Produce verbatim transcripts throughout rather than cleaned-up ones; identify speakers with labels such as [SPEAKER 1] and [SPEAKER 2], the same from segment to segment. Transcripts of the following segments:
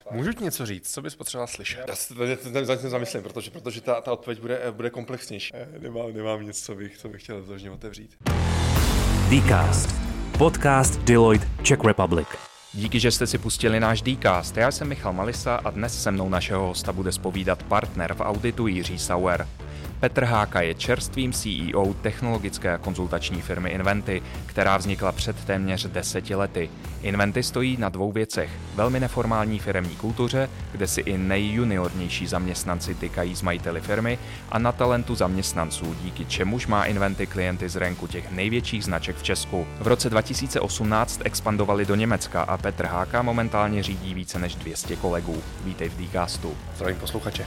[SPEAKER 1] Můžu ti něco říct, co bys potřeboval slyšet? Já se zatím zamyslím, protože, protože ta, ta odpověď bude, bude komplexnější. Nemám, nemám nic, co bych, co bych chtěl zložně otevřít.
[SPEAKER 2] Dcast. Podcast Deloitte Czech Republic.
[SPEAKER 3] Díky, že jste si pustili náš Dcast. Já jsem Michal Malisa a dnes se mnou našeho hosta bude zpovídat partner v auditu Jiří Sauer. Petr Háka je čerstvým C E O technologické a konzultační firmy Inventy, která vznikla před téměř deseti lety. Inventy stojí na dvou věcech. Velmi neformální firemní kultuře, kde si i nejjuniornější zaměstnanci tykají s majiteli firmy, a na talentu zaměstnanců, díky čemuž má Inventy klienty z ranku těch největších značek v Česku. V roce dva tisíce osmnáct expandovali do Německa a Petr Háka momentálně řídí více než dvě stě kolegů. Vítej v Dcastu.
[SPEAKER 1] Zdravím posluchače.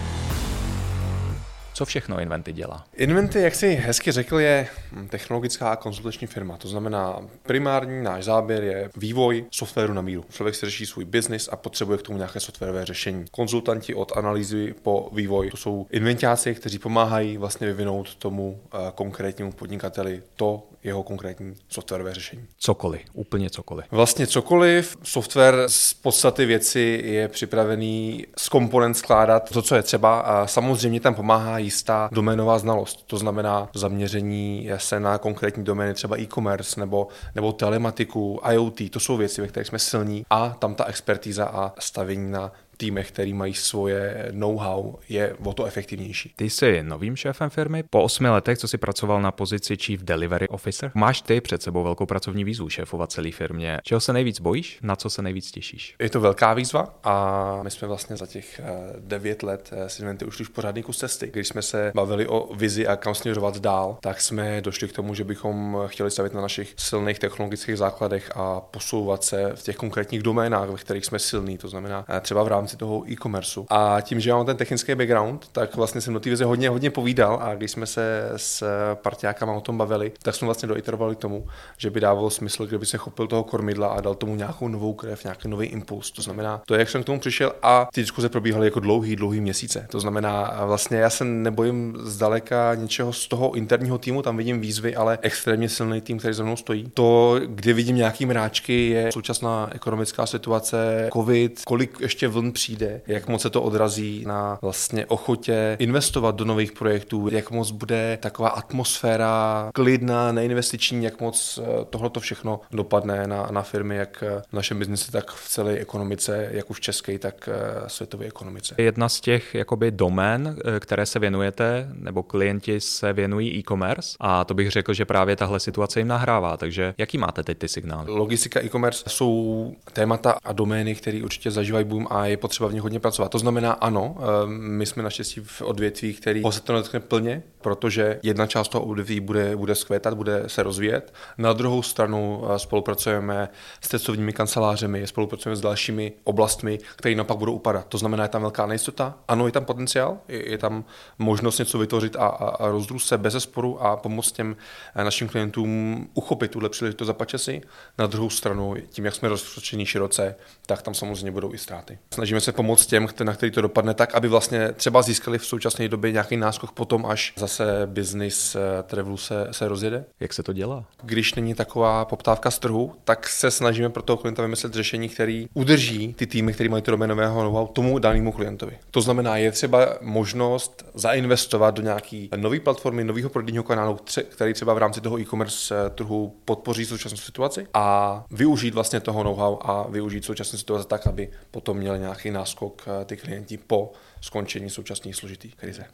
[SPEAKER 3] Co všechno Inventy dělá?
[SPEAKER 1] Inventy, jak jsi hezky řekl, je technologická a konzultační firma. To znamená, primární náš záběr je vývoj softwaru na míru. Člověk si řeší svůj biznis a potřebuje k tomu nějaké softwarové řešení. Konzultanti od analýzy po vývoj, to jsou inventáci, kteří pomáhají vlastně vyvinout tomu konkrétnímu podnikateli to jeho konkrétní softwarové řešení.
[SPEAKER 3] Cokoliv, úplně cokoliv.
[SPEAKER 1] Vlastně cokoliv. Software z podstaty věci je připravený z komponent skládat to, co je třeba, a samozřejmě tam pomáhá jistá doménová znalost. To znamená zaměření se na konkrétní domény, třeba e-commerce nebo, nebo telematiku, IoT. To jsou věci, ve kterých jsme silní, a tam ta expertíza a stavění na týmech, který mají svoje know-how, je o to efektivnější.
[SPEAKER 3] Ty jsi novým šéfem firmy. Po osmi letech, co jsi pracoval na pozici Chief Delivery Officer, máš ty před sebou velkou pracovní výzvu šéfovat celé firmě. Čeho se nejvíc bojíš? Na co se nejvíc těšíš?
[SPEAKER 1] Je to velká výzva a my jsme vlastně za těch devět let s Inventy ušli už pořádný kus cesty. Když jsme se bavili o vizi a kam směřovat dál, tak jsme došli k tomu, že bychom chtěli stavit na našich silných technologických základech a posouvat se v těch konkrétních doménách, ve kterých jsme silní. To znamená třeba v rámci toho e-commerceu. A tím, že mám ten technický background, tak vlastně jsem do té vize hodně, hodně povídal, a když jsme se s parťákama o tom bavili, tak jsme vlastně doiterovali k tomu, že by dávalo smysl, kdyby se chopil toho kormidla a dal tomu nějakou novou krev, nějaký nový impuls. To znamená, to, jak jsem k tomu přišel, a ty diskuze probíhaly jako dlouhý, dlouhý měsíce. To znamená, vlastně já se nebojím zdaleka něčeho z toho interního týmu, tam vidím výzvy, ale extrémně silný tým, který za mnou stojí. To, kde vidím nějaký mráčky, je současná ekonomická situace, covid, kolik ještě vln přijde, jak moc se to odrazí na vlastně ochotě investovat do nových projektů, jak moc bude taková atmosféra klidná, neinvestiční, jak moc tohleto všechno dopadne na, na firmy, jak v našem biznise, tak v celé ekonomice, jak už české, tak světové ekonomice.
[SPEAKER 3] Jedna z těch jakoby domén, které se věnujete, nebo klienti se věnují e-commerce, a to bych řekl, že právě tahle situace jim nahrává, takže jaký máte teď ty signály?
[SPEAKER 1] Logistika, e-commerce jsou témata a domény, které určitě zažívají boom a je potřeba v nich hodně pracovat. To znamená, ano, my jsme naštěstí v odvětví, který se to nedotkne plně, protože jedna část toho odvětví bude, bude skvétat, bude se rozvíjet. Na druhou stranu spolupracujeme s cestovními kancelářemi, spolupracujeme s dalšími oblastmi, které naopak budou upadat. To znamená, je tam velká nejistota, ano, je tam potenciál, je, je tam možnost něco vytvořit a, a, a rozrůst se bez zesporu a pomoct těm našim klientům uchopit tuhle příležitost za pačesy. Na druhou stranu, tím, jak jsme rozprostření široce, tak tam samozřejmě budou i ztráty. Snažíme se pomoct těm, na který to dopadne tak, aby vlastně třeba získali v současné době nějaký náskok potom, až zase business travelu se, se rozjede.
[SPEAKER 3] Jak se to dělá?
[SPEAKER 1] Když není taková poptávka z trhu, tak se snažíme pro toho klienta vymyslet řešení, který udrží ty týmy, který mají to doménového know-how tomu danému klientovi. To znamená, je třeba možnost zainvestovat do nějaký nové platformy, nového prodejního kanálu, který třeba v rámci toho e-commerce trhu podpoří současnou situaci, a využít vlastně toho know-how a využít současnou situaci tak, aby potom měl nějaký náskok ty klienti po skončení současné složité krize.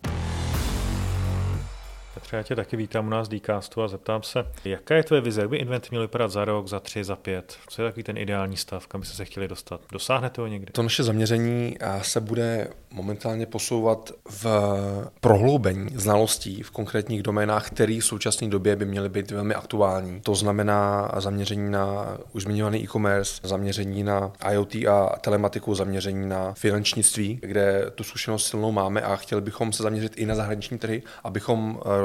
[SPEAKER 4] Petře, já tě taky vítám u nás Dcastu a zeptám se, jaká je tvoje vize, jak by Inventy měl vypadat za rok, za tři, za pět? Co je takový ten ideální stav, kam by se chtěli dostat? Dosáhnete ho někdy?
[SPEAKER 1] To naše zaměření se bude momentálně posouvat v prohloubení znalostí v konkrétních doménách, které v současné době by měly být velmi aktuální. To znamená zaměření na už zmiňovaný e-commerce, zaměření na IoT a telematiku, zaměření na finančnictví, kde tu zkušenost silnou máme, a chtěli bychom se zaměřit i na zahraniční trhy, abychom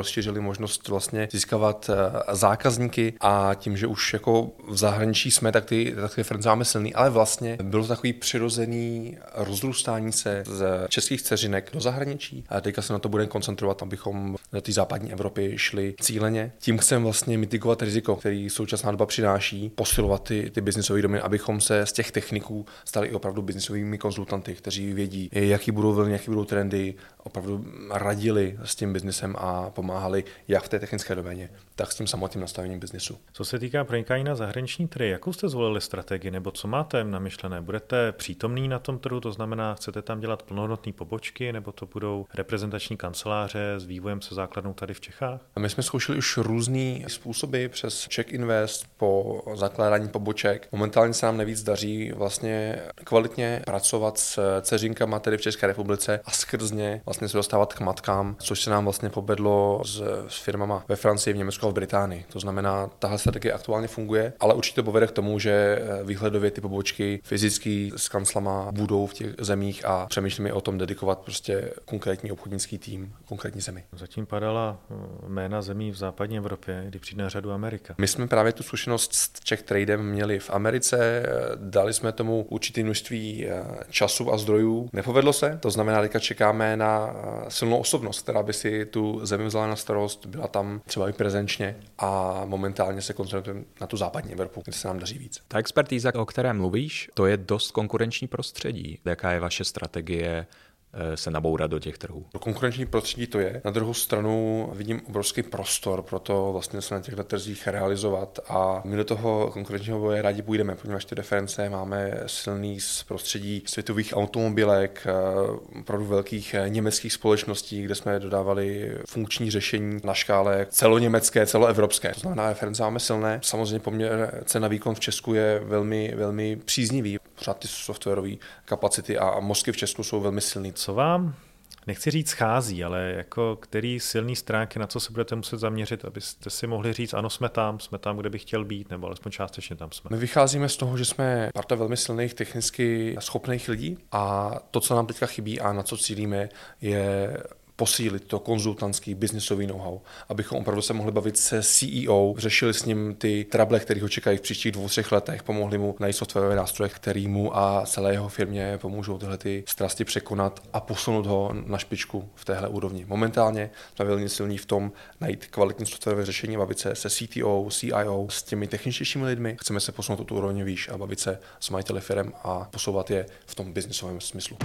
[SPEAKER 1] rozšířili možnost vlastně získávat zákazníky a tím, že už jako v zahraničí jsme, tak ty, tak ty reference máme silný, ale vlastně bylo takový přirozený rozrůstání se z českých dceřinek do zahraničí a teďka se na to budeme koncentrovat, abychom do té západní Evropy šli cíleně. Tím chceme vlastně mitigovat riziko, který současná doba přináší, posilovat ty, ty biznisové domény, abychom se z těch techniků stali i opravdu biznisovými konzultanty, kteří vědí, jaký budou vlny, jaký budou trendy, opravdu radili s tím biznisem a pomáhali jak v té technické doméně, tak s tím samotným nastavením biznisu.
[SPEAKER 4] Co se týká pronikání na zahraniční trhy, jakou jste zvolili strategii nebo co máte namyšlené? Budete přítomný na tom trhu, to znamená, chcete tam dělat plnohodnotné pobočky, nebo to budou reprezentační kanceláře s vývojem se základnou tady v Čechách?
[SPEAKER 1] A my jsme zkoušeli už různý způsoby přes Czech Invest po zakládání poboček. Momentálně se nám nejvíc daří vlastně kvalitně pracovat s dceřinkama tedy v České republice a skrz ně vlastně se dostávat k matkám, což se nám vlastně povedlo s, s firmama ve Francii, v Německu a v Británii. To znamená, tahle strategie aktuálně funguje, ale určitě to povede k tomu, že výhledově ty pobočky fyzicky s kanclama budou v těch zemích a přemýšlíme o tom dedikovat prostě konkrétní obchodnický tým, konkrétní zemi.
[SPEAKER 4] Zatím padala jména zemí v západní Evropě, kdy přijde na řadu Amerika.
[SPEAKER 1] My jsme právě tu zkušenost s Czech Tradem měli v Americe, dali jsme tomu určité množství času a zdrojů. Nepovedlo se, to znamená, teďka čekáme na silnou osobnost, která by si tu zemi vzala na starost, byla tam třeba i prezenčně a momentálně se koncentrujeme na tu západní Evropu, kde se nám daří víc.
[SPEAKER 3] Ta expertíza, o které mluvíš, to je dost konkurenční prostředí. Jaká je vaše strategie se nabourat do těch trhů?
[SPEAKER 1] Pro konkurenční prostředí to je. Na druhou stranu vidím obrovský prostor pro to vlastně se na těchto trzích realizovat a my do toho konkurenčního boje rádi půjdeme, poněvadž ty reference máme silný z prostředí světových automobilek, opravdu velkých německých společností, kde jsme dodávali funkční řešení na škále celoněmecké, celoevropské. To znamená, reference máme silné. Samozřejmě poměr cena výkon v Česku je velmi, velmi příznivý. Pořád ty softwarové kapacity a mozky v Česku jsou velmi silný.
[SPEAKER 4] Co vám, nechci říct schází, ale jako který silný stránky, na co se budete muset zaměřit, abyste si mohli říct, ano, jsme tam, jsme tam, kde bych chtěl být, nebo alespoň částečně tam jsme.
[SPEAKER 1] My vycházíme z toho, že jsme parta velmi silných, technicky schopných lidí a to, co nám teďka chybí a na co cílíme, je posílit to konzultantský biznisový know-how, abychom opravdu se mohli bavit se C E O, řešili s ním ty trable, které ho čekají v příštích dvou, třech letech, pomohli mu najít softwarové nástroje, který mu a celé jeho firmě pomůžou tyhle ty strasti překonat a posunout ho na špičku v téhle úrovni. Momentálně jsme velmi silní v tom najít kvalitní softwarové řešení, bavit se se C T O, C I O, s těmi techničtějšími lidmi. Chceme se posunout o tu úroveň výš a bavit se s majiteli firem a posouvat je v tom biznisovém smyslu.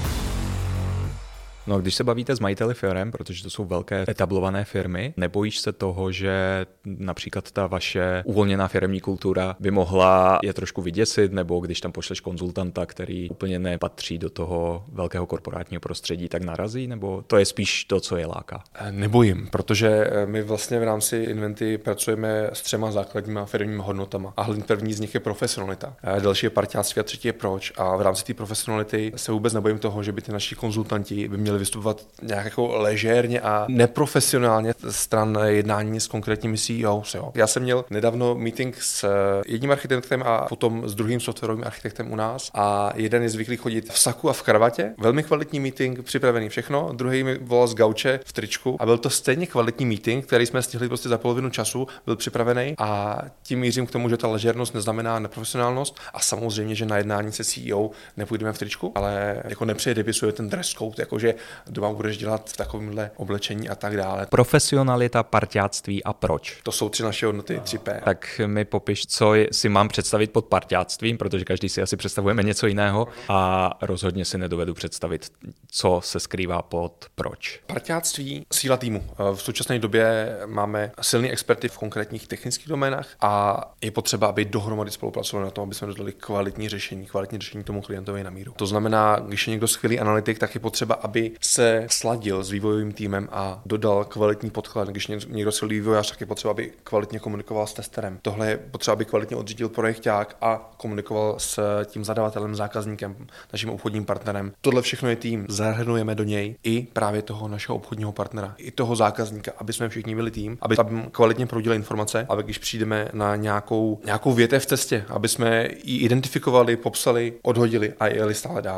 [SPEAKER 3] No a když se bavíte s majiteli firem, protože to jsou velké etablované firmy, nebojíš se toho, že například ta vaše uvolněná firemní kultura by mohla je trošku vyděsit, nebo když tam pošleš konzultanta, který úplně nepatří do toho velkého korporátního prostředí, tak narazí, nebo to je spíš to, co je láká?
[SPEAKER 1] Nebojím, protože my vlastně v rámci Inventy pracujeme s třema základníma firmními hodnotama a první z nich je profesionalita. A další je parťáctví a třetí je proč. A v rámci té profesionality se vůbec nebojím toho, že by ty naši konzultanti by měli vystupovat nějak jako ležérně a neprofesionálně stran jednání s konkrétními C E Os. Jo. Já jsem měl nedávno meeting s jedním architektem a potom s druhým softwarovým architektem u nás a jeden je zvyklý chodit v saku a v kravatě. Velmi kvalitní meeting, připravený všechno. Druhý mi volal z gauče v tričku a byl to stejně kvalitní meeting, který jsme stihli prostě za polovinu času, byl připravený a tím mířím k tomu, že ta ležérnost neznamená neprofesionálnost a samozřejmě, že na jednání se C E O nepůjdeme v tričku, ale jako nepředepisuje ten dress code, jakože doma budeš dělat v takovémhle oblečení a tak dále.
[SPEAKER 3] Profesionalita, parťáctví a proč?
[SPEAKER 1] To jsou tři naše hodnoty, tři P.
[SPEAKER 3] Tak mi popiš, co si mám představit pod parťáctvím, protože každý si asi představujeme něco jiného a rozhodně si nedovedu představit, co se skrývá pod proč.
[SPEAKER 1] Parťáctví, síla týmu. V současné době máme silný experty v konkrétních technických doménách a je potřeba, aby dohromady spolupracovali na tom, aby jsme dodali kvalitní řešení, kvalitní řešení tomu klientovi na míru. To znamená, když je někdo skvělý analytik, tak je potřeba, aby se sladil s vývojovým týmem a dodal kvalitní podklad. Když někdo skvělý vývojář, tak je potřeba, aby kvalitně komunikoval s testerem. Tohle je potřeba, aby kvalitně odřídil projekťák a komunikoval s tím zadavatelem, zákazníkem, naším obchodním partnerem. Tohle všechno je tým. Zahrnujeme do něj i právě toho našeho obchodního partnera, i toho zákazníka, aby jsme všichni byli tým, aby tam kvalitně proudili informace, aby když přijdeme na nějakou, nějakou větev v cestě, aby jsme ji identifikovali, popsali, odhodili a jeli stále dál.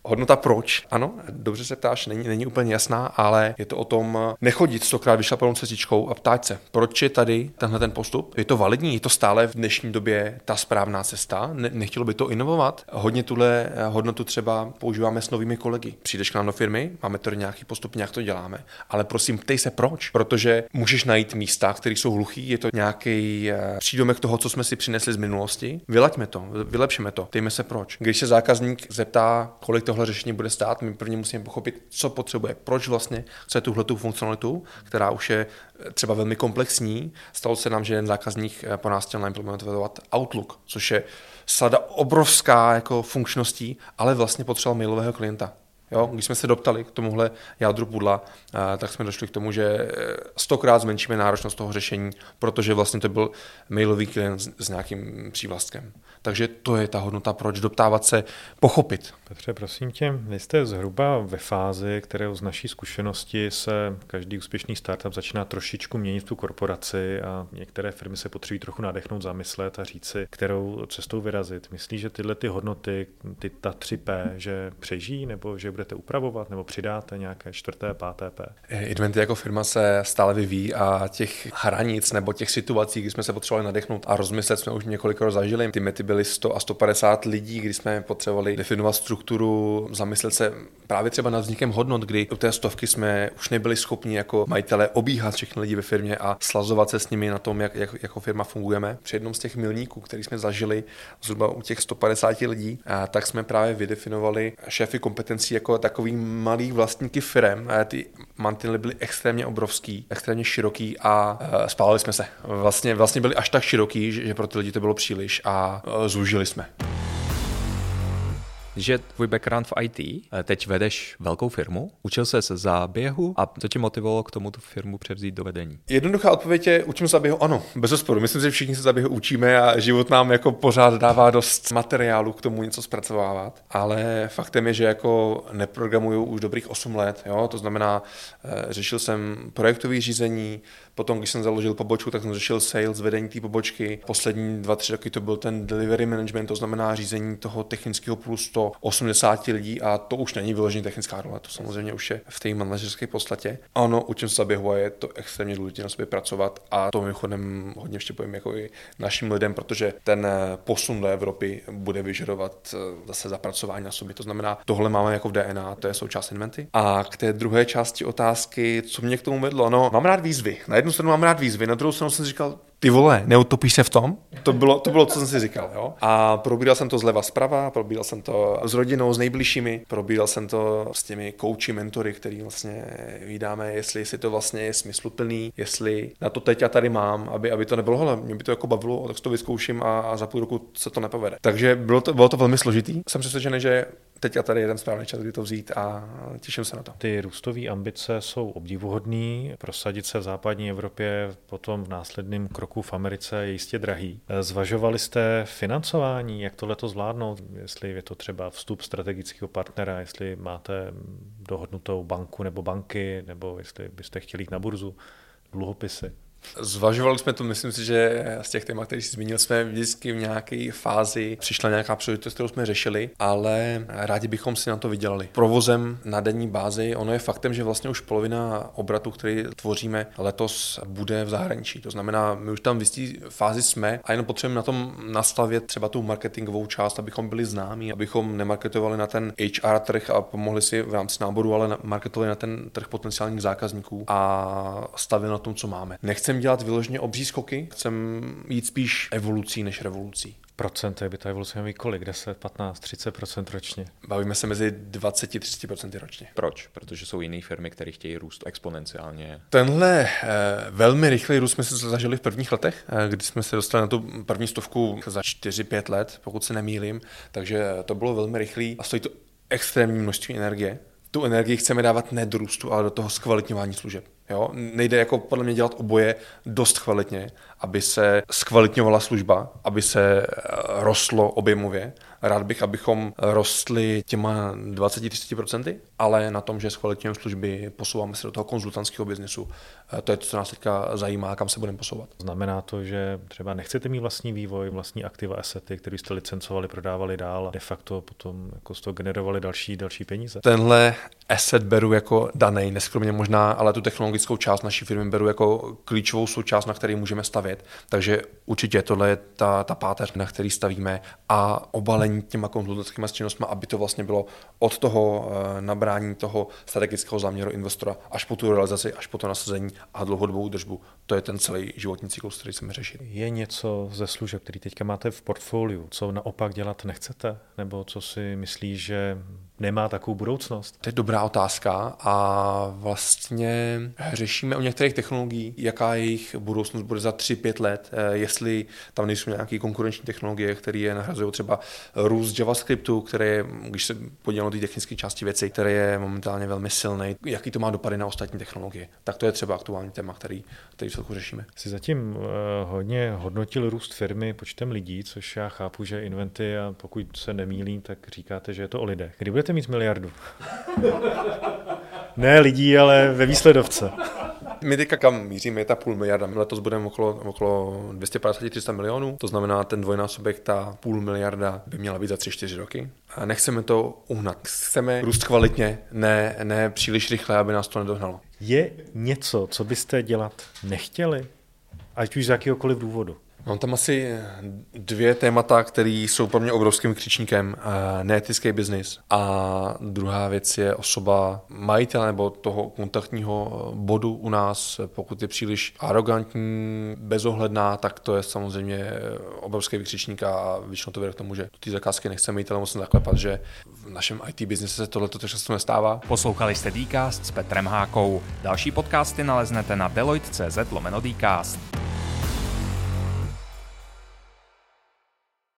[SPEAKER 1] Hodnota proč? Ano, dobře se ptáš, není, není úplně jasná, ale je to o tom nechodit stokrát vyšlapanou cestičkou a ptát se, proč je tady tenhle ten postup? Je to validní? Je to stále v dnešní době ta správná cesta? Ne, nechtělo by to inovovat? Hodně tuhle hodnotu třeba používáme s novými kolegy. Přijdeš k nám do firmy, máme tady nějaký postup, nějak to děláme, ale prosím, ptej se proč? Protože můžeš najít místa, které jsou hluchý, je to nějaký přídomek toho, co jsme si přinesli z minulosti. Vylaďme to, vylepšíme to, ptejme se proč. Když se zákazník zeptá, kolik tohle řešení bude stát, my prvně musíme pochopit, co potřebuje, proč vlastně chce tuhletu funkcionalitu, která už je třeba velmi komplexní. Stalo se nám, že jeden zákazník po nás chtěl naimplementovat Outlook, což je sada obrovská jako funkčností, ale vlastně potřeboval mailového klienta. Jo, když jsme se doptali k tomuhle jádru pudla, tak jsme došli k tomu, že stokrát zmenšíme náročnost toho řešení, protože vlastně to byl mailový klient s nějakým přívlastkem. Takže to je ta hodnota, proč doptávat se, pochopit.
[SPEAKER 4] Petře, prosím tě, vy jste zhruba ve fázi, kterou z naší zkušenosti se každý úspěšný startup začíná trošičku měnit tu korporaci a některé firmy se potřebují trochu nadechnout, zamyslet a říct si, kterou cestou vyrazit. Myslíš, že tyhle ty hodnoty, ty ta tři P, že přežijí, nebo že budete upravovat, nebo přidáte nějaké čtvrté, páté P?
[SPEAKER 1] Inventy jako firma se stále vyvíjí a těch hranic nebo těch situací, kdy jsme se potřebovali nadechnout a rozmyslet, jsme už několikrát zažili. Ty mety byly sto a sto padesát lidí, kdy jsme potřebovali definovat strukturu, zamyslet se právě třeba nad vznikem hodnot, kdy u té stovky jsme už nebyli schopni jako majitelé obíhat všechny lidi ve firmě a slazovat se s nimi na tom, jak, jak jako firma fungujeme. Při jednom z těch milníků, který jsme zažili zhruba u těch sto padesáti lidí, a tak jsme právě vydefinovali šéfy kompetencí jako takový malý vlastníky firem. A ty mantinely byly extrémně obrovský, extrémně široký a uh, spálili jsme se. Vlastně, vlastně byli až tak široký, že, že pro ty lidi to bylo příliš a uh, zúžili jsme.
[SPEAKER 3] Že tvůj background v í té, teď vedeš velkou firmu, učil ses za běhu a co tě motivovalo k tomu tu firmu převzít do vedení?
[SPEAKER 1] Jednoduchá odpověď je, učím se za běhu, ano, bez zesporu. Myslím, že všichni se za běhu učíme a život nám jako pořád dává dost materiálu k tomu něco zpracovávat, ale faktem je, že jako neprogramuju už dobrých osm let, jo? To znamená, řešil jsem projektové řízení, potom, když jsem založil pobočku, tak jsem řešil sales, vedení té pobočky. Poslední dva, tři roky to byl ten delivery management, to znamená řízení toho technického plus sto osmdesáti lidí a to už není vyloženě technická role, to samozřejmě už je v té manažerské podstatě. Ano, učím se za běhu a je to extrémně důležité na sobě pracovat a to mimochodem hodně vštěpujem jako i našim lidem, protože ten posun do Evropy bude vyžadovat zase zapracování na sobě. To znamená, tohle máme jako v D N A, to je součást Inventy. A k té druhé části otázky, co mě k tomu vedlo, no, mám rád výzvy. Na jednu stranu mám rád výzvy, na druhou stranu jsem si říkal, ty vole, neutopíš se v tom? To bylo, to bylo, co jsem si říkal, jo. A probíral jsem to zleva zprava, probíral jsem to s rodinou, s nejbližšími, probíral jsem to s těmi kouči, mentory, který vlastně vydáme, jestli, jestli to vlastně je smysluplný, jestli na to teď já tady mám, aby, aby to nebylo, hele, mě by to jako bavilo, tak to vyzkouším a, a za půl roku se to nepovede. Takže bylo to, bylo to velmi složitý. Jsem přesvědčený, že teď a tady je ten správný čas, kdy to vzít a těším se na to.
[SPEAKER 4] Ty růstové ambice jsou obdivuhodný, prosadit se v západní Evropě, potom v následném kroku v Americe je jistě drahý. Zvažovali jste financování, jak tohle to zvládnout, jestli je to třeba vstup strategického partnera, jestli máte dohodnutou banku nebo banky, nebo jestli byste chtěli jít na burzu, dluhopisy?
[SPEAKER 1] Zvažovali jsme to, myslím si, že z těch témat, které jsi zmínil, jsme vždycky v nějaké fázi přišla nějaká příležitost, kterou jsme řešili, ale rádi bychom si na to vydělali. Provozem na denní bázi, ono je faktem, že vlastně už polovina obratu, který tvoříme letos, bude v zahraničí. To znamená, my už tam v jisté fázi jsme a jenom potřebujeme na tom nastavit třeba tu marketingovou část, abychom byli známí, abychom nemarketovali na ten H R trh a pomohli si v rámci náboru, ale marketovali na ten trh potenciálních zákazníků a stavili na tom, co máme. Nechcem dělat vyloženě obří skoky, chcem jít spíš evolucí než revolucí.
[SPEAKER 4] Procent by ta evoluce měla kolik? deset, patnáct, třicet procent ročně?
[SPEAKER 1] Bavíme se mezi dvacet až třicet procent ročně.
[SPEAKER 3] Proč? Protože jsou jiné firmy, které chtějí růst exponenciálně.
[SPEAKER 1] Tenhle eh, velmi rychlý růst jsme si zažili v prvních letech, eh, kdy jsme se dostali na tu první stovku za čtyři pět let, pokud se nemýlím, takže to bylo velmi rychlý a stojí to extrémní množství energie. Tu energii chceme dávat ne do růstu, ale do toho zkvalitňování služeb. Jo? Nejde jako podle mě dělat oboje dost kvalitně aby se zkvalitňovala služba, aby se rostlo objemově. Rád bych, abychom rostli těma dvacet až třicet procent, ale na tom, že zkvalitňujeme služby, posouváme se do toho konzultantského biznesu. To je to, co nás teďka zajímá, kam se budeme posouvat.
[SPEAKER 4] Znamená to, že třeba nechcete mít vlastní vývoj, vlastní aktiva, asety, které jste licencovali, prodávali dál a de facto potom jako z toho generovali další, další peníze?
[SPEAKER 1] Tenhle asset beru jako danej, neskromně možná, ale tu technologickou část naší firmy beru jako klíčovou součást, na který můžeme stavět. Takže určitě tohle je ta, ta páteř, na který stavíme, a obalení těma konzultantskými činnostmi, aby to vlastně bylo od toho nabrání toho strategického záměru investora až po tu realizaci, až po to nasazení a dlouhodobou údržbu. To je ten celý životní cyklus, který chceme řešit.
[SPEAKER 4] Je něco ze služeb, který teďka máte v portfoliu, co naopak dělat nechcete? Nebo co si myslíš, že nemá takovou budoucnost?
[SPEAKER 1] To je dobrá otázka a vlastně řešíme o některých technologií, jaká jejich budoucnost bude za tři pět let, jestli tam nejsou nějaké konkurenční technologie, které je nahrazují třeba růst JavaScriptu, které je, když se podíváme na té technické části věci, které je momentálně velmi silný, jaký to má dopady na ostatní technologie. Tak to je třeba aktuální téma, který, který celku řešíme.
[SPEAKER 4] Jsi zatím uh, hodně hodnotil růst firmy počtem lidí, což já chápu, že Inventy, a pokud se nemýlím, tak říkáte, že je to o lidech. Kdy budete mít miliardu? Ne lidí, ale ve výsledovce.
[SPEAKER 1] My teďka kam míříme, je ta půl miliarda. My letos budeme okolo, okolo dvě stě padesát až tři sta milionů, to znamená ten dvojnásobek, ta půl miliarda by měla být za tři čtyři roky. A nechceme to uhnat. Chceme růst kvalitně, ne, ne příliš rychle, aby nás to nedohnalo.
[SPEAKER 4] Je něco, co byste dělat nechtěli? Ať už z jakéhokoliv důvodu.
[SPEAKER 1] Mám tam asi dvě témata, které jsou pro mě obrovským křičníkem. Neetický biznis a druhá věc je osoba majitele nebo toho kontaktního bodu u nás. Pokud je příliš arrogantní, bezohledná, tak to je samozřejmě obrovský vykřičník a většinou to vede k tomu, že ty zakázky nechceme mít, ale musím zaklepat, že v našem í té biznise se tohle to často nestává.
[SPEAKER 3] Poslouchali jste Dcast s Petrem Hákou. Další podcasty naleznete na deloitte tečka cz lomeno Dcast.